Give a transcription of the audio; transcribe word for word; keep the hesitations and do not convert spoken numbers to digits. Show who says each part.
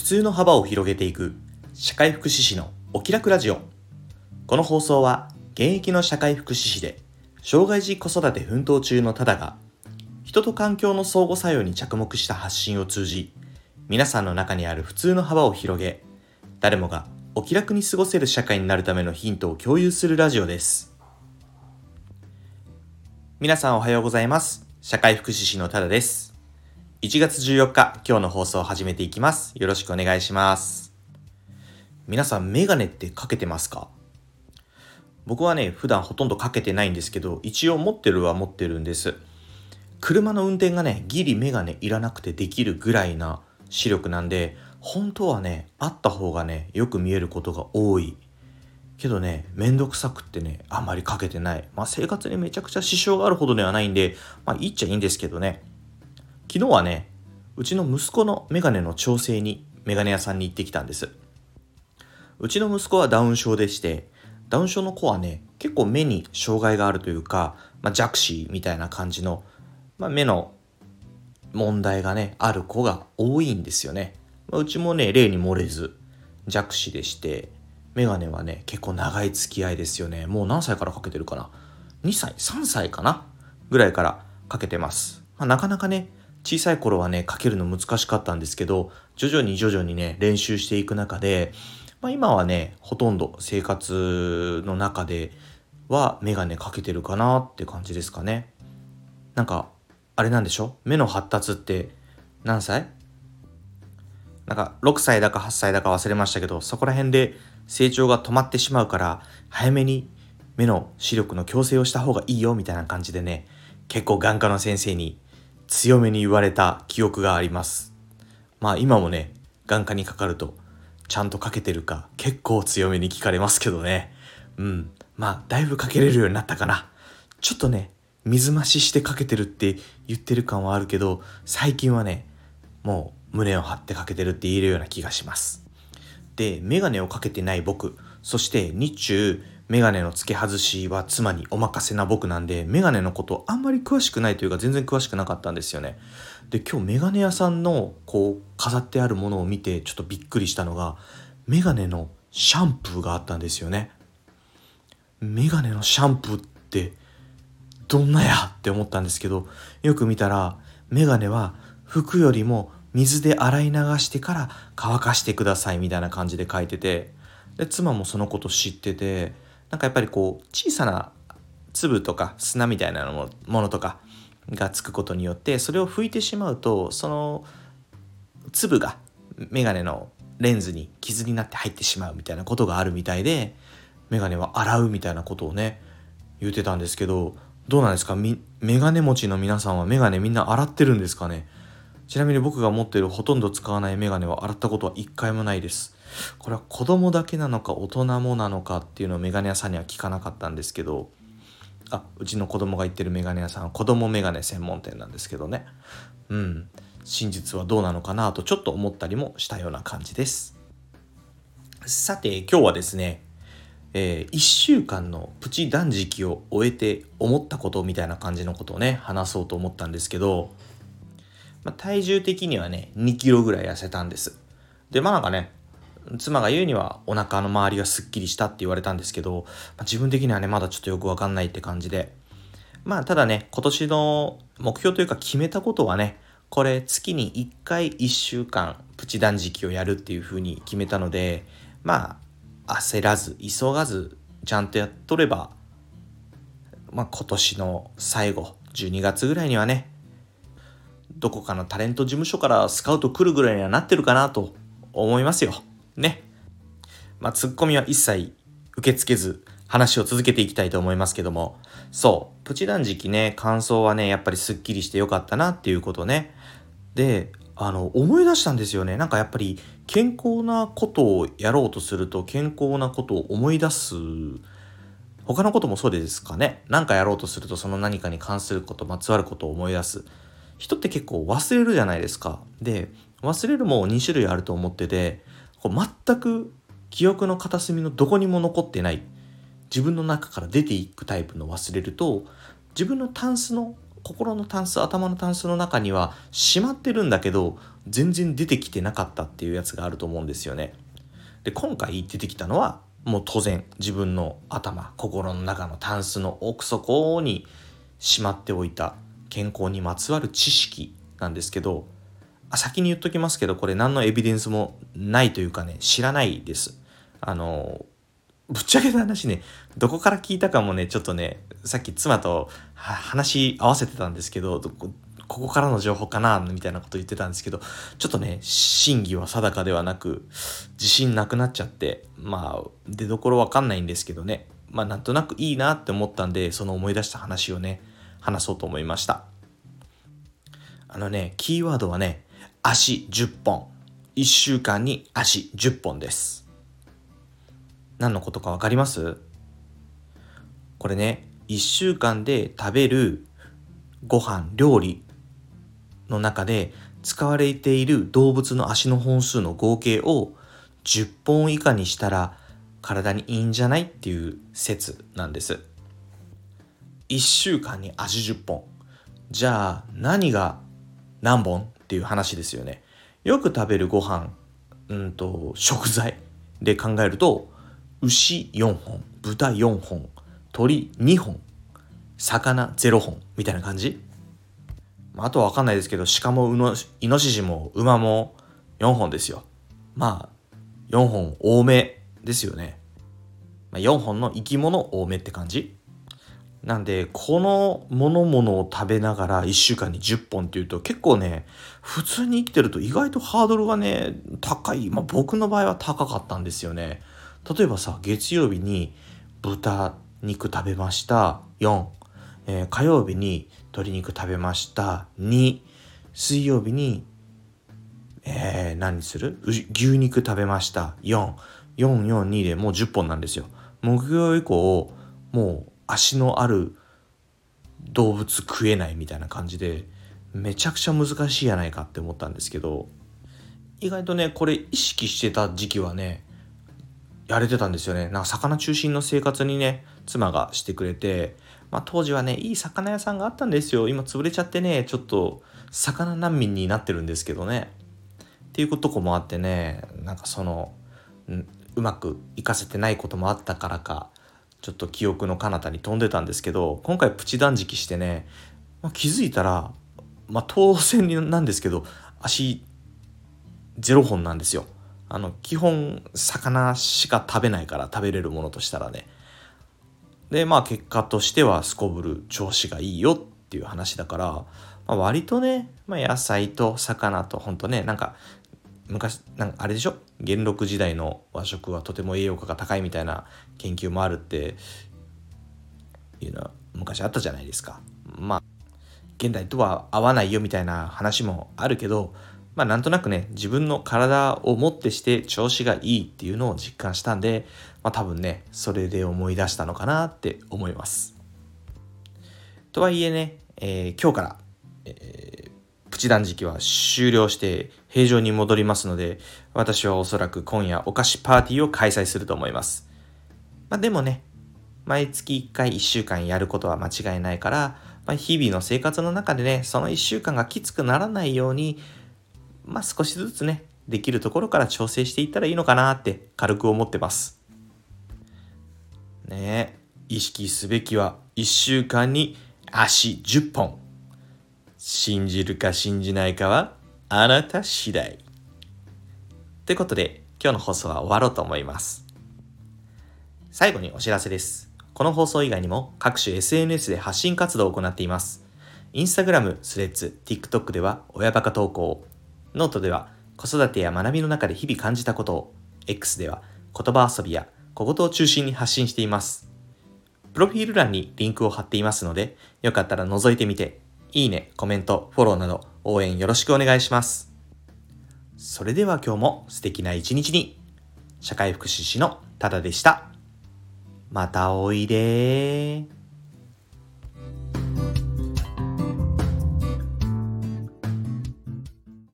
Speaker 1: 通の幅を広げていく社会福祉士のお気楽ラジオ。この放送は現役の社会福祉士で障害児子育て奮闘中のタダが人と環境の相互作用に着目した発信を通じ、皆さんの中にある普通の幅を広げ、誰もがお気楽に過ごせる社会になるためのヒントを共有するラジオです。皆さんおはようございます。社会福祉士のタダです。いちがつじゅうよっか、今日の放送を始めていきます。よろしくお願いします。皆さんメガネってかけてますか？僕はね、普段ほとんどかけてないんですけど、一応持ってるは持ってるんです。車の運転がね、ギリメガネいらなくてできるぐらいな視力なんで、本当はね、あった方がね、よく見えることが多い。けどね、めんどくさくってね、あんまりかけてない。まあ生活にめちゃくちゃ支障があるほどではないんで、まあいいっちゃいいんですけどね。昨日はね、うちの息子のメガネの調整にメガネ屋さんに行ってきたんです。うちの息子はダウン症でして、ダウン症の子はね、結構目に障害があるというか、まあ、弱視みたいな感じの、まあ、目の問題がね、ある子が多いんですよね。まあ、うちもね、例に漏れず弱視でして、メガネはね、結構長い付き合いですよね。もう何歳からかけてるかな？ に 歳、さんさいかなぐらいからかけてます。まあ、なかなかね、小さい頃はね、かけるの難しかったんですけど、徐々に徐々にね、練習していく中で、まあ、今はね、ほとんど生活の中ではメガネかけてるかなって感じですかね。なんか、あれなんでしょ？目の発達って何歳？なんかろくさいだかはっさいだか忘れましたけど、そこら辺で成長が止まってしまうから、早めに目の視力の矯正をした方がいいよみたいな感じでね、結構眼科の先生に強めに言われた記憶があります。まあ今もね、眼科にかかるとちゃんとかけてるか結構強めに聞かれますけどね。うん。まあだいぶかけれるようになったかな。ちょっとね、水増ししてかけてるって言ってる感はあるけど、最近はね、もう胸を張ってかけてるって言えるような気がします。で、メガネをかけてない僕、そして日中メガネの付け外しは妻にお任せな僕なんで、メガネのことあんまり詳しくないというか全然詳しくなかったんですよね。で、今日メガネ屋さんのこう飾ってあるものを見てちょっとびっくりしたのが、メガネのシャンプーがあったんですよね。メガネのシャンプーってどんなやって思ったんですけど、よく見たらメガネは服よりも水で洗い流してから乾かしてくださいみたいな感じで書いてて、で妻もそのこと知ってて、なんかやっぱりこう小さな粒とか砂みたいなものとかがつくことによって、それを拭いてしまうとその粒がメガネのレンズに傷になって入ってしまうみたいなことがあるみたいで、メガネは洗うみたいなことをね言ってたんですけど、どうなんですか？みメガネ持ちの皆さんはメガネみんな洗ってるんですかね？ちなみに僕が持っているほとんど使わないメガネは洗ったことは一回もないです。これは子供だけなのか大人もなのかっていうのをメガネ屋さんには聞かなかったんですけど、あ、うちの子供が行ってるメガネ屋さんは子供メガネ専門店なんですけどね。うん。真実はどうなのかなとちょっと思ったりもしたような感じです。さて今日はですね、えー、いっしゅうかんのプチ断食を終えて思ったことみたいな感じのことをね話そうと思ったんですけど、まあ、体重的にはねにキロぐらい痩せたんです。でまあなんかね、妻が言うにはお腹の周りがすっきりしたって言われたんですけど、まあ、自分的にはねまだちょっとよくわかんないって感じで、まあただね今年の目標というか決めたことはね、これ月にいっかいいっしゅうかんプチ断食をやるっていう風に決めたので、まあ焦らず急がずちゃんとやっとれば、まあ今年の最後じゅうにがつぐらいにはね、どこかのタレント事務所からスカウト来るぐらいにはなってるかなと思いますよね。まあツッコミは一切受け付けず話を続けていきたいと思いますけども、そうプチ断食ね、感想はねやっぱりすっきりしてよかったなっていうことね。で、あの思い出したんですよね。なんかやっぱり健康なことをやろうとすると健康なことを思い出す。他のこともそうですかね。なんかやろうとするとその何かに関すること、まつわることを思い出す。人って結構忘れるじゃないですか。で、忘れるもに種類あると思ってて、こう全く記憶の片隅のどこにも残ってない、自分の中から出ていくタイプの忘れると、自分のタンスの心のタンス、頭のタンスの中にはしまってるんだけど、全然出てきてなかったっていうやつがあると思うんですよね。で、今回出てきたのは、もう当然自分の頭、心の中のタンスの奥底にしまっておいた健康にまつわる知識なんですけど、あ先に言っときますけど、これ何のエビデンスもないというかね、知らないです。あの、ぶっちゃけた話ね、どこから聞いたかもね、ちょっとね、さっき妻と話し合わせてたんですけど、ここからの情報かなみたいなこと言ってたんですけど、ちょっとね、真偽は定かではなく、自信なくなっちゃって、まあ、出どころわかんないんですけどね、まあなんとなくいいなって思ったんで、その思い出した話をね、話そうと思いました。あのね、キーワードはね、足じゅっぽん。いっしゅうかんに足じゅっぽんです。何のことかわかります？これね、いっしゅうかんで食べるご飯、料理の中で使われている動物の足の本数の合計をじゅっぽん以下にしたら体にいいんじゃないっていう説なんです。いっしゅうかんに足じゅっぽん。じゃあ何が何本っていう話ですよね。よく食べるご飯、うんと食材で考えると、牛よんほん、豚よんほん、鳥にほん、魚ゼロほんみたいな感じ。あとは分かんないですけど、鹿もうのイノシシも馬もよんほんですよ。まあよんほん多めですよね。まあ、よんほんの生き物多めって感じなんで、このものものを食べながらいっしゅうかんにじゅっぽんっていうと結構ね、普通に生きてると意外とハードルがね高い。まあ僕の場合は高かったんですよね。例えばさ、月曜日に豚肉食べましたよん、えー、火曜日に鶏肉食べましたに、水曜日に、えー、何する牛肉食べましたよん、よん、よん、にでもうじゅっぽんなんですよ。木曜以降もう足のある動物食えないみたいな感じで、めちゃくちゃ難しいやないかって思ったんですけど、意外とねこれ意識してた時期はねやれてたんですよね。なんか魚中心の生活にね妻がしてくれて、まあ当時はねいい魚屋さんがあったんですよ。今潰れちゃってね、ちょっと魚難民になってるんですけどねっていうとこもあってね、なんかそのうまくいかせてないこともあったからか、ちょっと記憶の彼方に飛んでたんですけど、今回プチ断食してね、まあ、気づいたら、まあ、当然なんですけど足ゼロ本なんですよ。あの基本魚しか食べないから、食べれるものとしたらね。でまあ結果としてはすこぶる調子がいいよっていう話だから、まあ、割とね、まあ、野菜と魚とほんとね、なんか昔なんかあれでしょ、元禄時代の和食はとても栄養価が高いみたいな研究もあるっていうのは昔あったじゃないですか。まあ現代とは合わないよみたいな話もあるけど、まあなんとなくね自分の体をもってして調子がいいっていうのを実感したんで、まあ多分ねそれで思い出したのかなって思います。とはいえね、えー今日から、えープチ断食は終了して平常に戻りますので、私はおそらく今夜お菓子パーティーを開催すると思います。まあでもね、毎月いっかいいっしゅうかんやることは間違いないから、まあ、日々の生活の中でねそのいっしゅうかんがきつくならないように、まあ少しずつねできるところから調整していったらいいのかなって軽く思ってますね。え意識すべきはいっしゅうかんに足じゅっぽん。信じるか信じないかはあなた次第ということで、今日の放送は終わろうと思います。最後にお知らせです。この放送以外にも各種 エスエヌエス で発信活動を行っています。インスタグラム、スレッズ、TikTok では親バカ投稿、ノートでは子育てや学びの中で日々感じたことを、X では言葉遊びや小言を中心に発信しています。プロフィール欄にリンクを貼っていますので、よかったら覗いてみて、いいね、コメント、フォローなど応援よろしくお願いします。それでは今日も素敵な一日に。社会福祉士のタダでした。またおいでー。